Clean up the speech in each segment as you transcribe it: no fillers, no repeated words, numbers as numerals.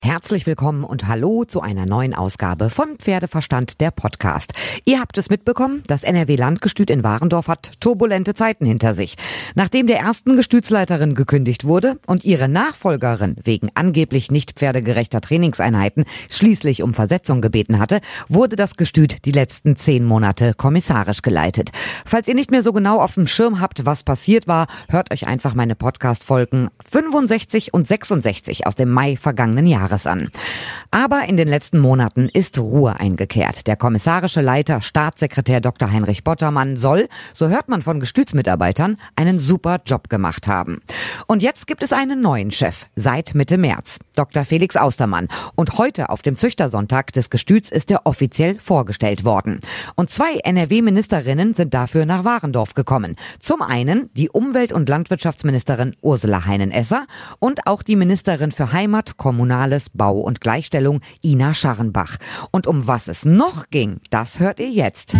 Herzlich willkommen und hallo zu einer neuen Ausgabe von Pferdeverstand, der Podcast. Ihr habt es mitbekommen, das NRW-Landgestüt in Warendorf hat turbulente Zeiten hinter sich. Nachdem der ersten Gestütsleiterin gekündigt wurde und ihre Nachfolgerin wegen angeblich nicht pferdegerechter Trainingseinheiten schließlich um Versetzung gebeten hatte, wurde das Gestüt die letzten 10 Monate kommissarisch geleitet. Falls ihr nicht mehr so genau auf dem Schirm habt, was passiert war, hört euch einfach meine Podcast-Folgen 65 und 66 aus dem Mai vergangenen Jahres an. Aber in den letzten Monaten ist Ruhe eingekehrt. Der kommissarische Leiter, Staatssekretär Dr. Heinrich Bottermann soll, so hört man von Gestütsmitarbeitern, einen super Job gemacht haben. Und jetzt gibt es einen neuen Chef, seit Mitte März, Dr. Felix Austermann. Und heute auf dem Züchtersonntag des Gestüts ist er offiziell vorgestellt worden. Und 2 NRW-Ministerinnen sind dafür nach Warendorf gekommen. Zum einen die Umwelt- und Landwirtschaftsministerin Ursula Heinen-Esser und auch die Ministerin für Heimat, Kommunales, Bau und Gleichstellung Ina Scharrenbach. Und um was es noch ging, das hört ihr jetzt.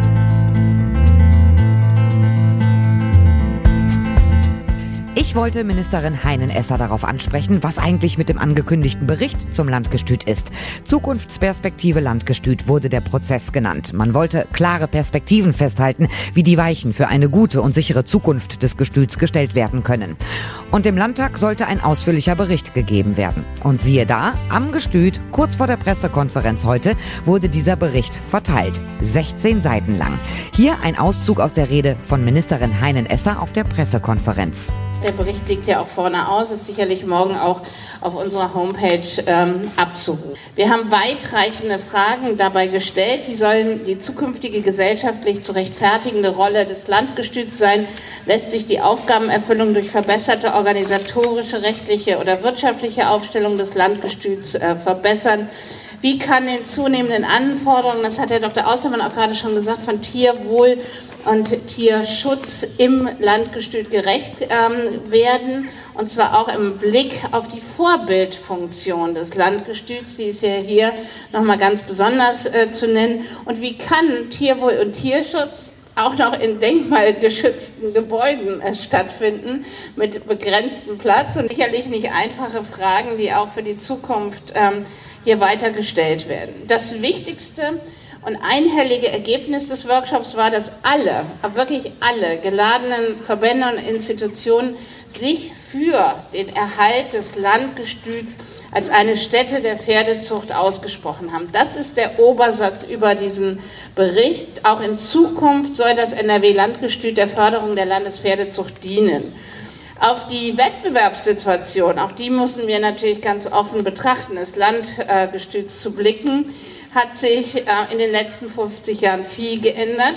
Ich wollte Ministerin Heinen-Esser darauf ansprechen, was eigentlich mit dem angekündigten Bericht zum Landgestüt ist. Zukunftsperspektive Landgestüt wurde der Prozess genannt. Man wollte klare Perspektiven festhalten, wie die Weichen für eine gute und sichere Zukunft des Gestüts gestellt werden können. Und dem Landtag sollte ein ausführlicher Bericht gegeben werden. Und siehe da, am Gestüt, kurz vor der Pressekonferenz heute, wurde dieser Bericht verteilt. 16 Seiten lang. Hier ein Auszug aus der Rede von Ministerin Heinen-Esser auf der Pressekonferenz. Der Bericht liegt ja auch vorne aus, ist sicherlich morgen auch auf unserer Homepage abzurufen. Wir haben weitreichende Fragen dabei gestellt. Wie soll die zukünftige gesellschaftlich zu rechtfertigende Rolle des Landgestüts sein? Lässt sich die Aufgabenerfüllung durch verbesserte organisatorische, rechtliche oder wirtschaftliche Aufstellung des Landgestüts verbessern? Wie kann den zunehmenden Anforderungen, das hat Herr Dr. Austermann auch gerade schon gesagt, von Tierwohl und Tierschutz im Landgestüt gerecht werden, und zwar auch im Blick auf die Vorbildfunktion des Landgestüts, die ist ja hier nochmal ganz besonders zu nennen. Und wie kann Tierwohl und Tierschutz auch noch in denkmalgeschützten Gebäuden stattfinden, mit begrenztem Platz, und sicherlich nicht einfache Fragen, die auch für die Zukunft hier weitergestellt werden. Das Wichtigste und einhellige Ergebnis des Workshops war, dass alle, wirklich alle geladenen Verbände und Institutionen sich für den Erhalt des Landgestüts als eine Stätte der Pferdezucht ausgesprochen haben. Das ist der Obersatz über diesen Bericht. Auch in Zukunft soll das NRW-Landgestüt der Förderung der Landespferdezucht dienen. Auf die Wettbewerbssituation, auch die müssen wir natürlich ganz offen betrachten, des Landgestüts zu blicken, hat sich in den letzten 50 Jahren viel geändert.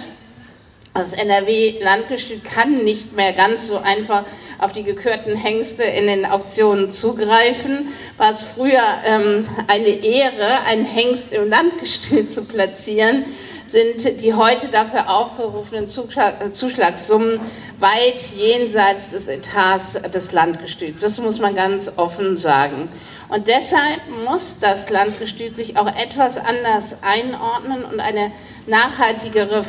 Das NRW-Landgestüt kann nicht mehr ganz so einfach auf die gekürten Hengste in den Auktionen zugreifen. War es früher eine Ehre, einen Hengst im Landgestüt zu platzieren, sind die heute dafür aufgerufenen Zuschlagssummen weit jenseits des Etats des Landgestüts. Das muss man ganz offen sagen. Und deshalb muss das Landgestüt sich auch etwas anders einordnen und eine nachhaltigere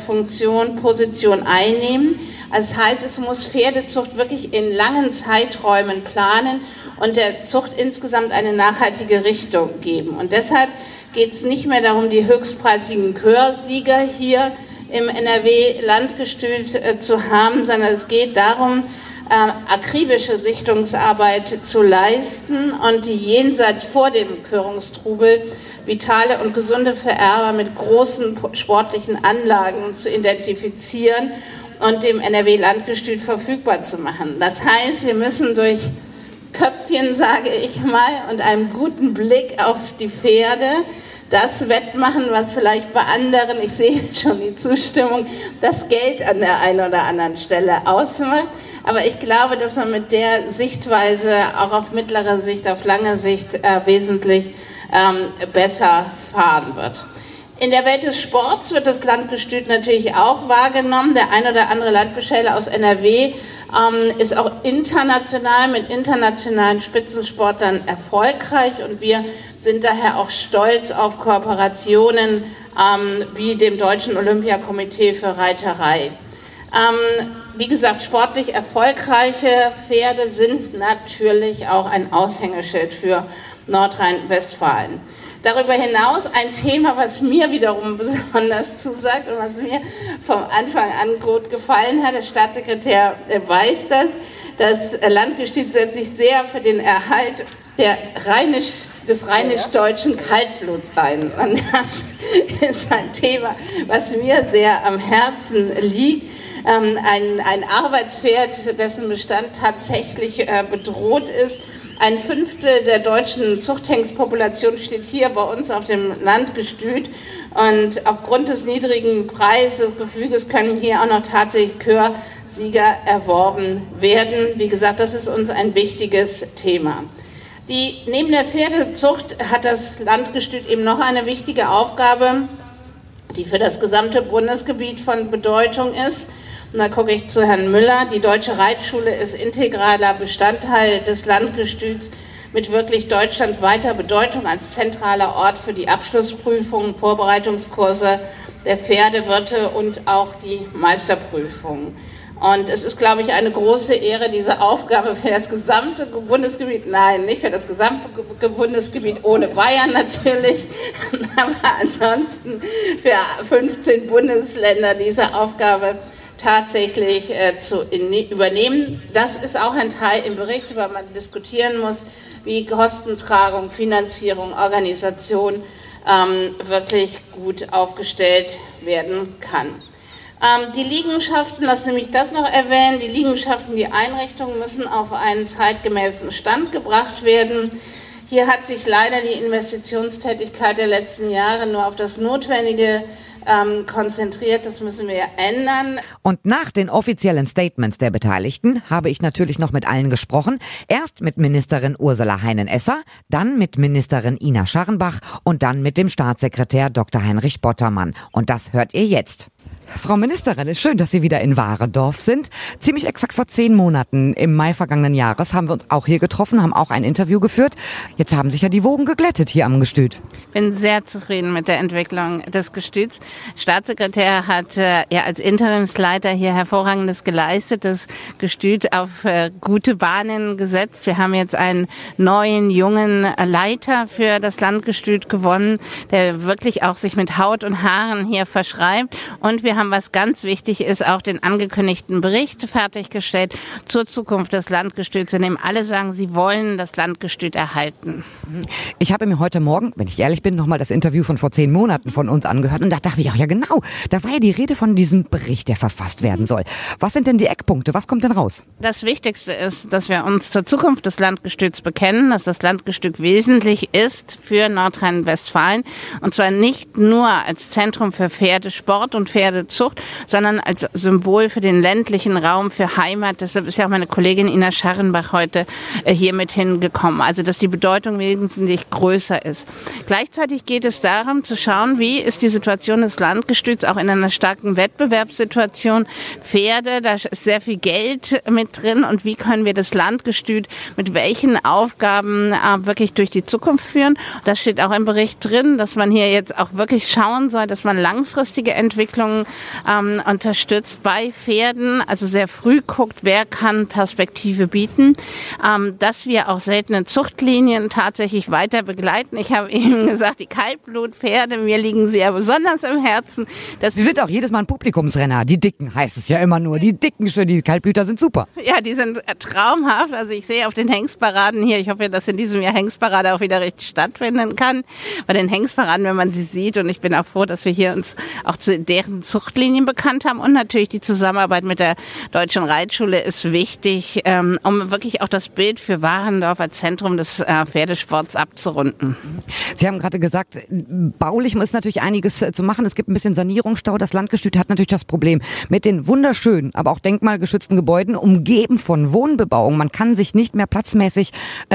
Position einnehmen. Das heißt, es muss Pferdezucht wirklich in langen Zeiträumen planen und der Zucht insgesamt eine nachhaltige Richtung geben. Und deshalb geht es nicht mehr darum, die höchstpreisigen Körsieger hier im NRW-Landgestüt zu haben, sondern es geht darum, akribische Sichtungsarbeit zu leisten und die jenseits vor dem Körungstrubel vitale und gesunde Vererber mit großen sportlichen Anlagen zu identifizieren und dem NRW-Landgestüt verfügbar zu machen. Das heißt, wir müssen durch Köpfchen, sage ich mal, und einem guten Blick auf die Pferde das wettmachen, was vielleicht bei anderen, ich sehe schon die Zustimmung, das Geld an der einen oder anderen Stelle ausmacht. Aber ich glaube, dass man mit der Sichtweise auch auf mittlere Sicht, auf lange Sicht wesentlich besser fahren wird. In der Welt des Sports wird das Landgestüt natürlich auch wahrgenommen. Der ein oder andere Landbeschäler aus NRW ist auch international mit internationalen Spitzensportlern erfolgreich, und wir sind daher auch stolz auf Kooperationen wie dem Deutschen Olympiakomitee für Reiterei. Wie gesagt, sportlich erfolgreiche Pferde sind natürlich auch ein Aushängeschild für Nordrhein-Westfalen. Darüber hinaus ein Thema, was mir wiederum besonders zusagt und was mir vom Anfang an gut gefallen hat. Der Staatssekretär weiß das. Das Landgestüt setzt sich sehr für den Erhalt des rheinisch-deutschen Kaltbluts ein. Und das ist ein Thema, was mir sehr am Herzen liegt. Ein Arbeitspferd, dessen Bestand tatsächlich bedroht ist. 1/5 der deutschen Zuchthengstpopulation steht hier bei uns auf dem Landgestüt. Und aufgrund des niedrigen Preises des Gefüges können hier auch noch tatsächlich Körsieger erworben werden. Wie gesagt, das ist uns ein wichtiges Thema. Neben der Pferdezucht hat das Landgestüt eben noch eine wichtige Aufgabe, die für das gesamte Bundesgebiet von Bedeutung ist. Und da gucke ich zu Herrn Müller. Die Deutsche Reitschule ist integraler Bestandteil des Landgestüts mit wirklich deutschlandweiter Bedeutung als zentraler Ort für die Abschlussprüfungen, Vorbereitungskurse der Pferdewirte und auch die Meisterprüfungen. Und es ist, glaube ich, eine große Ehre, diese Aufgabe für das gesamte Bundesgebiet, nein, nicht für das gesamte Bundesgebiet, ohne Bayern natürlich, aber ansonsten für 15 Bundesländer diese Aufgabe tatsächlich zu übernehmen. Das ist auch ein Teil im Bericht, über den man diskutieren muss, wie Kostentragung, Finanzierung, Organisation wirklich gut aufgestellt werden kann. Die Liegenschaften, lassen mich das noch erwähnen, die Liegenschaften, die Einrichtungen müssen auf einen zeitgemäßen Stand gebracht werden. Hier hat sich leider die Investitionstätigkeit der letzten Jahre nur auf das Notwendige konzentriert. Das müssen wir ändern. Und nach den offiziellen Statements der Beteiligten habe ich natürlich noch mit allen gesprochen. Erst mit Ministerin Ursula Heinen-Esser, dann mit Ministerin Ina Scharrenbach und dann mit dem Staatssekretär Dr. Heinrich Bottermann. Und das hört ihr jetzt. Frau Ministerin, ist schön, dass Sie wieder in Warendorf sind. Ziemlich exakt vor 10 Monaten, im Mai vergangenen Jahres, haben wir uns auch hier getroffen, haben auch ein Interview geführt. Jetzt haben sich ja die Wogen geglättet hier am Gestüt. Bin sehr zufrieden mit der Entwicklung des Gestüts. Staatssekretär hat ja als Interimsleiter hier Hervorragendes geleistet, das Gestüt auf gute Bahnen gesetzt. Wir haben jetzt einen neuen, jungen Leiter für das Landgestüt gewonnen, der wirklich auch sich mit Haut und Haaren hier verschreibt. Und wir haben, was ganz wichtig ist, auch den angekündigten Bericht fertiggestellt zur Zukunft des Landgestüts, in dem alle sagen, sie wollen das Landgestüt erhalten. Ich habe mir heute Morgen, wenn ich ehrlich bin, nochmal das Interview von vor 10 Monaten von uns angehört und da dachte ich, ach ja genau, da war ja die Rede von diesem Bericht, der verfasst werden soll. Was sind denn die Eckpunkte? Was kommt denn raus? Das Wichtigste ist, dass wir uns zur Zukunft des Landgestüts bekennen, dass das Landgestüt wesentlich ist für Nordrhein-Westfalen und zwar nicht nur als Zentrum für Pferdesport und Pferdezucht, sondern als Symbol für den ländlichen Raum, für Heimat. Deshalb ist ja auch meine Kollegin Ina Scharrenbach heute hier mit hingekommen. Also, dass die Bedeutung wesentlich größer ist. Gleichzeitig geht es darum, zu schauen, wie ist die Situation des Landgestüts auch in einer starken Wettbewerbssituation. Pferde, da ist sehr viel Geld mit drin und wie können wir das Landgestüt mit welchen Aufgaben wirklich durch die Zukunft führen. Das steht auch im Bericht drin, dass man hier jetzt auch wirklich schauen soll, dass man langfristige Entwicklungen unterstützt bei Pferden, also sehr früh guckt, wer kann Perspektive bieten, dass wir auch seltene Zuchtlinien tatsächlich weiter begleiten. Ich habe eben gesagt, die Kaltblutpferde, mir liegen sie ja besonders im Herzen. Sie sind auch jedes Mal ein Publikumsrenner. Die Dicken heißt es ja immer nur. Die Dicken, die Kaltblüter sind super. Ja, die sind traumhaft. Also ich sehe auf den Hengstparaden hier, ich hoffe, dass in diesem Jahr Hengstparade auch wieder richtig stattfinden kann. Bei den Hengstparaden, wenn man sie sieht, und ich bin auch froh, dass wir hier uns auch zu deren Zuchtlinien bekannt haben und natürlich die Zusammenarbeit mit der Deutschen Reitschule ist wichtig, um wirklich auch das Bild für Warendorf als Zentrum des Pferdesports abzurunden. Sie haben gerade gesagt, baulich ist natürlich einiges zu machen. Es gibt ein bisschen Sanierungsstau. Das Landgestüt hat natürlich das Problem mit den wunderschönen, aber auch denkmalgeschützten Gebäuden, umgeben von Wohnbebauung. Man kann sich nicht mehr platzmäßig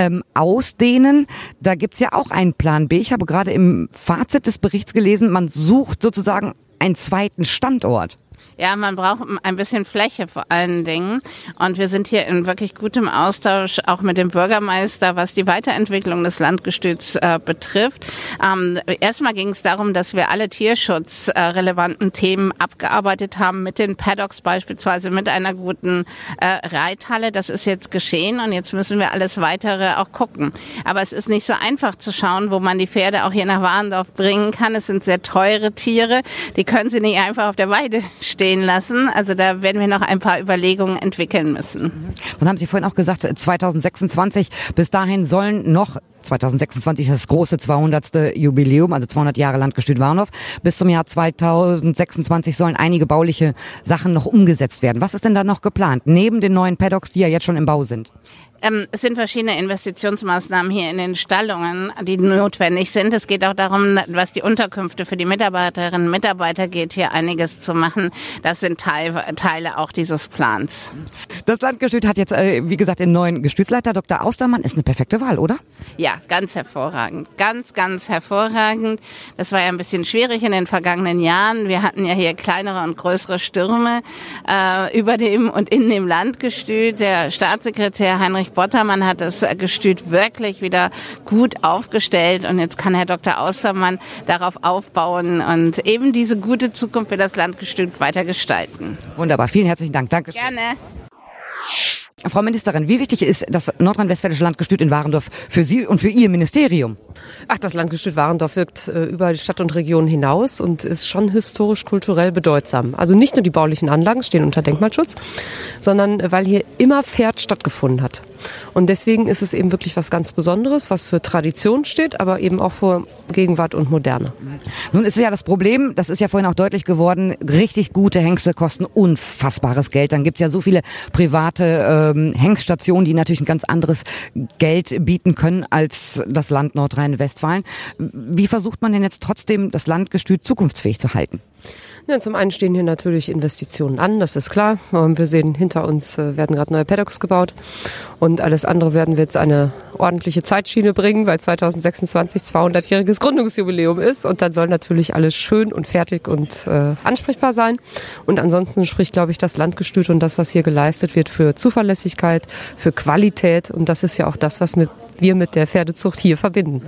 ausdehnen. Da gibt's ja auch einen Plan B. Ich habe gerade im Fazit des Berichts gelesen, man sucht sozusagen einen zweiten Standort. Ja, man braucht ein bisschen Fläche vor allen Dingen. Und wir sind hier in wirklich gutem Austausch auch mit dem Bürgermeister, was die Weiterentwicklung des Landgestüts betrifft. Erstmal ging es darum, dass wir alle tierschutzrelevanten Themen abgearbeitet haben mit den Paddocks beispielsweise, mit einer guten Reithalle. Das ist jetzt geschehen und jetzt müssen wir alles Weitere auch gucken. Aber es ist nicht so einfach zu schauen, wo man die Pferde auch hier nach Warendorf bringen kann. Es sind sehr teure Tiere. Die können Sie nicht einfach auf der Weide stehen lassen. Also da werden wir noch ein paar Überlegungen entwickeln müssen. Dann haben Sie vorhin auch gesagt, 2026, bis dahin sollen noch 2026 ist das große 200. Jubiläum, also 200 Jahre Landgestüt Warendorf. Bis zum Jahr 2026 sollen einige bauliche Sachen noch umgesetzt werden. Was ist denn da noch geplant, neben den neuen Paddocks, die ja jetzt schon im Bau sind? Es sind verschiedene Investitionsmaßnahmen hier in den Stallungen, die notwendig sind. Es geht auch darum, was die Unterkünfte für die Mitarbeiterinnen und Mitarbeiter geht, hier einiges zu machen. Das sind Teile auch dieses Plans. Das Landgestüt hat jetzt, wie gesagt, den neuen Gestütsleiter. Dr. Austermann ist eine perfekte Wahl, oder? Ja, ganz hervorragend. Ganz, ganz hervorragend. Das war ja ein bisschen schwierig in den vergangenen Jahren. Wir hatten ja hier kleinere und größere Stürme über dem und in dem Landgestüt. Der Staatssekretär Heinrich Bottermann hat das Gestüt wirklich wieder gut aufgestellt und jetzt kann Herr Dr. Austermann darauf aufbauen und eben diese gute Zukunft für das Landgestüt weiter gestalten. Wunderbar, vielen herzlichen Dank. Dankeschön. Gerne. Frau Ministerin, wie wichtig ist das nordrhein-westfälische Landgestüt in Warendorf für Sie und für Ihr Ministerium? Ach, das Landgestüt Warendorf wirkt über die Stadt und Region hinaus und ist schon historisch-kulturell bedeutsam. Also nicht nur die baulichen Anlagen stehen unter Denkmalschutz, sondern weil hier immer Pferd stattgefunden hat. Und deswegen ist es eben wirklich was ganz Besonderes, was für Tradition steht, aber eben auch für Gegenwart und Moderne. Nun ist es ja das Problem, das ist ja vorhin auch deutlich geworden, richtig gute Hengste kosten unfassbares Geld. Dann gibt's ja so viele private Hengststationen, die natürlich ein ganz anderes Geld bieten können als das Land Nordrhein-Westfalen. Wie versucht man denn jetzt trotzdem, das Landgestüt zukunftsfähig zu halten? Ja, zum einen stehen hier natürlich Investitionen an, das ist klar. Wir sehen, hinter uns werden gerade neue Paddocks gebaut und alles andere werden wir jetzt eine ordentliche Zeitschiene bringen, weil 2026 200-jähriges Gründungsjubiläum ist und dann soll natürlich alles schön und fertig und ansprechbar sein. Und ansonsten spricht, glaube ich, das Landgestüt und das, was hier geleistet wird, für Zuverlässigkeit, für Qualität und das ist ja auch das, was wir mit der Pferdezucht hier verbinden.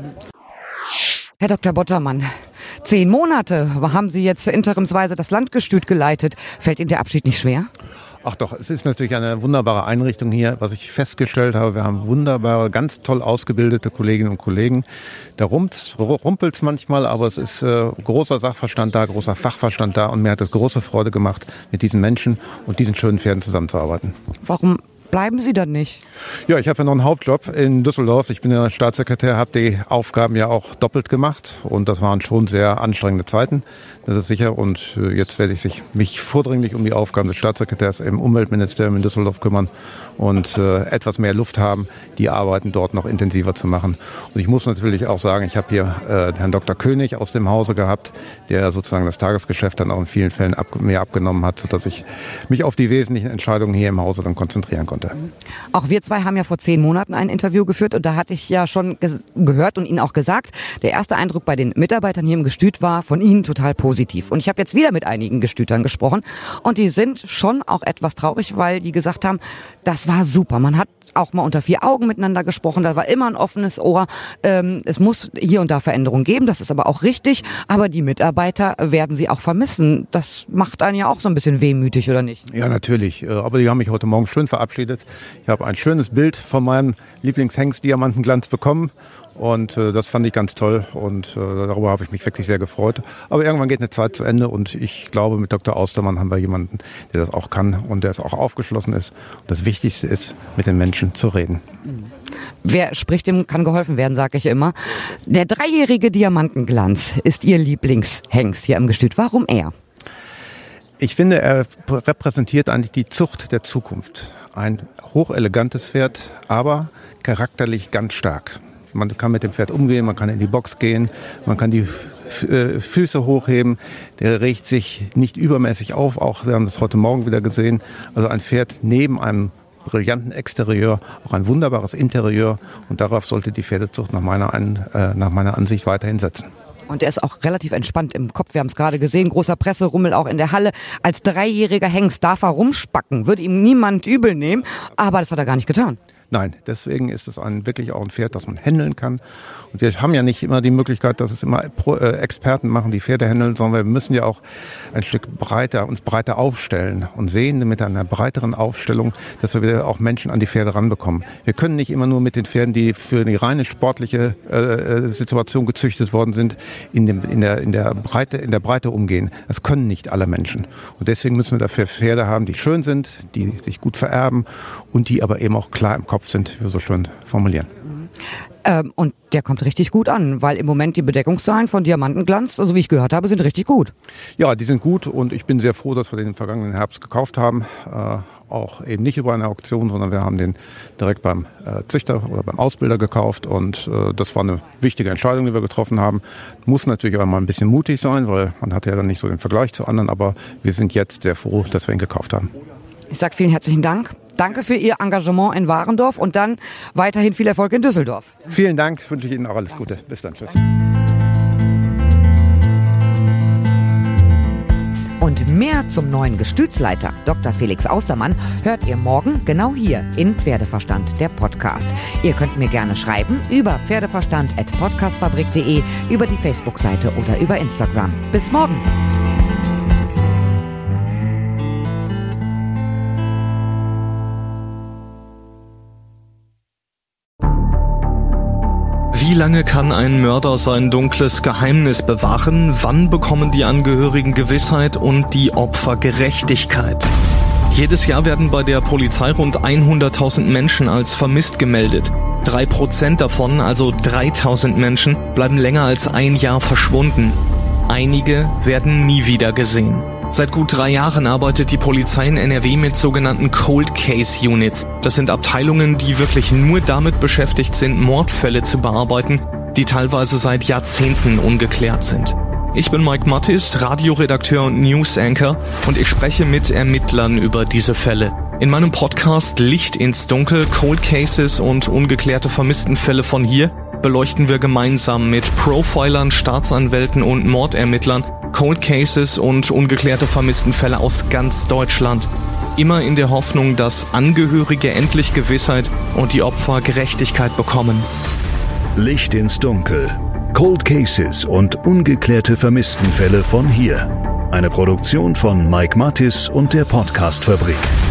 Herr Dr. Bottermann, 10 Monate haben Sie jetzt interimsweise das Landgestüt geleitet. Fällt Ihnen der Abschied nicht schwer? Ach doch, es ist natürlich eine wunderbare Einrichtung hier, was ich festgestellt habe. Wir haben wunderbare, ganz toll ausgebildete Kolleginnen und Kollegen. Da rumpelt es manchmal, aber es ist großer Sachverstand da, großer Fachverstand da und mir hat es große Freude gemacht, mit diesen Menschen und diesen schönen Pferden zusammenzuarbeiten. Warum bleiben Sie dann nicht? Ja, ich habe ja noch einen Hauptjob in Düsseldorf. Ich bin ja Staatssekretär, habe die Aufgaben ja auch doppelt gemacht und das waren schon sehr anstrengende Zeiten, das ist sicher. Und jetzt werde ich mich vordringlich um die Aufgaben des Staatssekretärs im Umweltministerium in Düsseldorf kümmern und etwas mehr Luft haben, die Arbeiten dort noch intensiver zu machen. Und ich muss natürlich auch sagen, ich habe hier Herrn Dr. König aus dem Hause gehabt, der sozusagen das Tagesgeschäft dann auch in vielen Fällen mehr abgenommen hat, sodass ich mich auf die wesentlichen Entscheidungen hier im Hause dann konzentrieren konnte. Auch wir zwei haben ja vor 10 Monaten ein Interview geführt und da hatte ich ja schon gehört und Ihnen auch gesagt, der erste Eindruck bei den Mitarbeitern hier im Gestüt war von Ihnen total positiv. Und ich habe jetzt wieder mit einigen Gestütern gesprochen und die sind schon auch etwas traurig, weil die gesagt haben, das war super. Man hat auch mal unter 4 Augen miteinander gesprochen, da war immer ein offenes Ohr. Es muss hier und da Veränderungen geben, das ist aber auch richtig, aber die Mitarbeiter werden sie auch vermissen. Das macht einen ja auch so ein bisschen wehmütig, oder nicht? Ja, natürlich, aber die haben mich heute Morgen schön verabschiedet. Ich habe ein schönes Bild von meinem Lieblingshengst Diamantenglanz bekommen und das fand ich ganz toll und darüber habe ich mich wirklich sehr gefreut. Aber irgendwann geht eine Zeit zu Ende und ich glaube, mit Dr. Austermann haben wir jemanden, der das auch kann und der es auch aufgeschlossen ist. Und das Wichtigste ist, mit den Menschen zu reden. Wer spricht, dem kann geholfen werden, sage ich immer. Der 3-jährige Diamantenglanz ist Ihr Lieblingshengst hier im Gestüt. Warum er? Ich finde, er repräsentiert eigentlich die Zucht der Zukunft. Ein hochelegantes Pferd, aber charakterlich ganz stark. Man kann mit dem Pferd umgehen, man kann in die Box gehen, man kann die Füße hochheben. Der regt sich nicht übermäßig auf, auch wir haben das heute Morgen wieder gesehen. Also ein Pferd neben einem brillanten Exterieur, auch ein wunderbares Interieur und darauf sollte die Pferdezucht nach meiner Ansicht weiterhin setzen. Und der ist auch relativ entspannt im Kopf. Wir haben es gerade gesehen, großer Presserummel auch in der Halle. Als 3-jähriger Hengst darf er rumspacken, würde ihm niemand übel nehmen, aber das hat er gar nicht getan. Nein, deswegen ist es wirklich auch ein Pferd, das man händeln kann. Und wir haben ja nicht immer die Möglichkeit, dass es immer Experten machen, die Pferde händeln, sondern wir müssen ja auch ein Stück uns breiter aufstellen und sehen mit einer breiteren Aufstellung, dass wir wieder auch Menschen an die Pferde ranbekommen. Wir können nicht immer nur mit den Pferden, die für die reine sportliche Situation gezüchtet worden sind, in der Breite umgehen. Das können nicht alle Menschen. Und deswegen müssen wir dafür Pferde haben, die schön sind, die sich gut vererben und die aber eben auch klar im Kopf sind, wie wir so schön formulieren. Und der kommt richtig gut an, weil im Moment die Bedeckungszahlen von Diamantenglanz, so wie ich gehört habe, sind richtig gut. Ja, die sind gut und ich bin sehr froh, dass wir den im vergangenen Herbst gekauft haben. Auch eben nicht über eine Auktion, sondern wir haben den direkt beim Züchter oder beim Ausbilder gekauft und das war eine wichtige Entscheidung, die wir getroffen haben. Muss natürlich auch mal ein bisschen mutig sein, weil man hat ja dann nicht so den Vergleich zu anderen, aber wir sind jetzt sehr froh, dass wir ihn gekauft haben. Ich sage vielen herzlichen Dank. Danke für Ihr Engagement in Warendorf und dann weiterhin viel Erfolg in Düsseldorf. Vielen Dank, wünsche ich Ihnen auch alles Gute. Bis dann, tschüss. Und mehr zum neuen Gestütsleiter Dr. Felix Austermann hört ihr morgen genau hier in Pferdeverstand, der Podcast. Ihr könnt mir gerne schreiben über pferdeverstand@podcastfabrik.de, über die Facebook-Seite oder über Instagram. Bis morgen. Wie lange kann ein Mörder sein dunkles Geheimnis bewahren? Wann bekommen die Angehörigen Gewissheit und die Opfer Gerechtigkeit? Jedes Jahr werden bei der Polizei rund 100.000 Menschen als vermisst gemeldet. 3% davon, also 3.000 Menschen, bleiben länger als ein Jahr verschwunden. Einige werden nie wieder gesehen. Seit gut 3 Jahren arbeitet die Polizei in NRW mit sogenannten Cold Case Units. Das sind Abteilungen, die wirklich nur damit beschäftigt sind, Mordfälle zu bearbeiten, die teilweise seit Jahrzehnten ungeklärt sind. Ich bin Mike Mattis, Radioredakteur und News Anchor und ich spreche mit Ermittlern über diese Fälle. In meinem Podcast Licht ins Dunkel, Cold Cases und ungeklärte Vermisstenfälle von hier beleuchten wir gemeinsam mit Profilern, Staatsanwälten und Mordermittlern Cold Cases und ungeklärte Vermisstenfälle aus ganz Deutschland. Immer in der Hoffnung, dass Angehörige endlich Gewissheit und die Opfer Gerechtigkeit bekommen. Licht ins Dunkel. Cold Cases und ungeklärte Vermisstenfälle von hier. Eine Produktion von Mike Mattis und der Podcast Fabrik.